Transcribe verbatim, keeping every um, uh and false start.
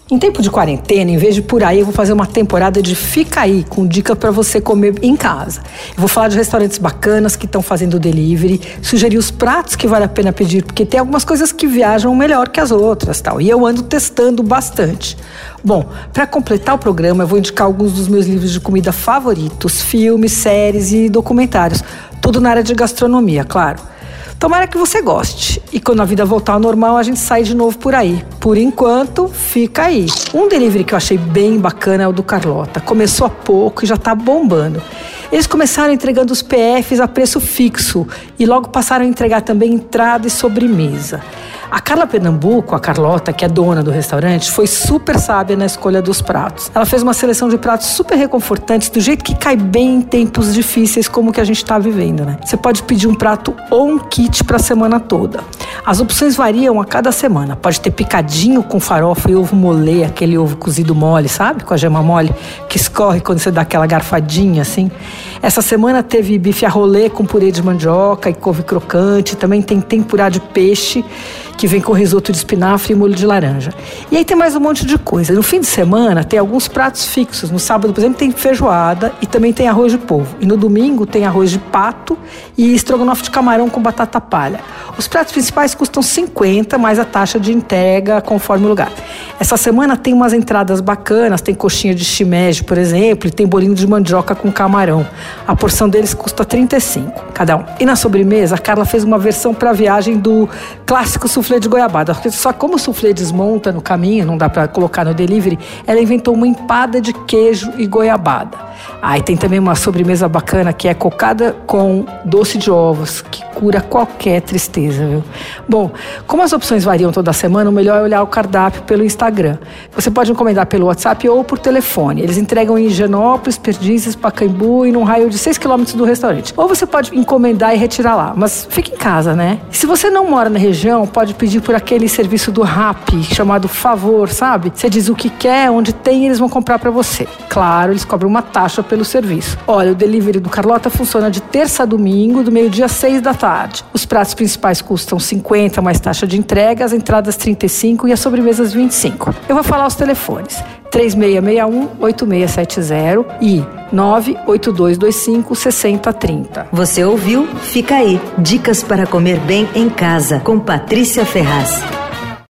Em tempo de quarentena, em vez de por aí, eu vou fazer uma temporada de Fica Aí, com dica para você comer em casa. Eu vou falar de restaurantes bacanas que estão fazendo delivery, sugerir os pratos que vale a pena pedir, porque tem algumas coisas que viajam melhor que as outras, tal. E eu ando testando bastante. Bom, para completar o programa, eu vou indicar alguns dos meus livros de comida favoritos, filmes, séries e documentários. Tudo na área de gastronomia, claro. Tomara que você goste. E quando a vida voltar ao normal, a gente sai de novo por aí. Por enquanto, fica aí. Um delivery que eu achei bem bacana é o do Carlota. Começou há pouco e já tá bombando. Eles começaram entregando os P Fs a preço fixo e logo passaram a entregar também entrada e sobremesa. A Carla Pernambuco, a Carlota, que é dona do restaurante, foi super sábia na escolha dos pratos. Ela fez uma seleção de pratos super reconfortantes, do jeito que cai bem em tempos difíceis como o que a gente está vivendo, né? Você pode pedir um prato ou um kit para a semana toda. As opções variam a cada semana. Pode ter picadinho com farofa e ovo mole, aquele ovo cozido mole, sabe? Com a gema mole, que escorre quando você dá aquela garfadinha, assim. Essa semana teve bife a rolê com purê de mandioca e couve crocante. Também tem tempurá de peixe, que vem com risoto de espinafre e molho de laranja. E aí tem mais um monte de coisa. No fim de semana tem alguns pratos fixos. No sábado, por exemplo, tem feijoada e também tem arroz de polvo. E no domingo tem arroz de pato e estrogonofe de camarão com batata palha. Os pratos principais custam cinquenta, mais a taxa de entrega conforme o lugar. Essa semana tem umas entradas bacanas, tem coxinha de shimeji, por exemplo, e tem bolinho de mandioca com camarão. A porção deles custa trinta e cinco cada um. E na sobremesa, a Carla fez uma versão para a viagem do clássico soufflé de goiabada. Só como o soufflé desmonta no caminho, não dá para colocar no delivery, ela inventou uma empada de queijo e goiabada. Ah, e tem também uma sobremesa bacana que é cocada com doce de ovos, que cura qualquer tristeza, viu? Bom, como as opções variam toda semana, o melhor é olhar o cardápio pelo Instagram. Você pode encomendar pelo WhatsApp ou por telefone. Eles entregam em Higienópolis, Perdizes, Pacaembu e num raio de seis quilômetros do restaurante. Ou você pode encomendar e retirar lá, mas fique em casa, né? E se você não mora na região, pode pedir por aquele serviço do Rappi, chamado Favor, sabe? Você diz o que quer, onde tem, eles vão comprar pra você. Claro, eles cobram uma taxa pelo serviço. Olha, o delivery do Carlota funciona de terça a domingo, do meio-dia às seis da tarde. Os pratos principais custam cinquenta mais taxa de entrega, as entradas trinta e cinco e as sobremesas vinte e cinco. Eu vou falar os telefones: três seis seis um, oito seis sete zero e nove oito dois dois cinco, seis zero três zero. Você ouviu? Fica aí. Dicas para comer bem em casa, com Patrícia Ferraz.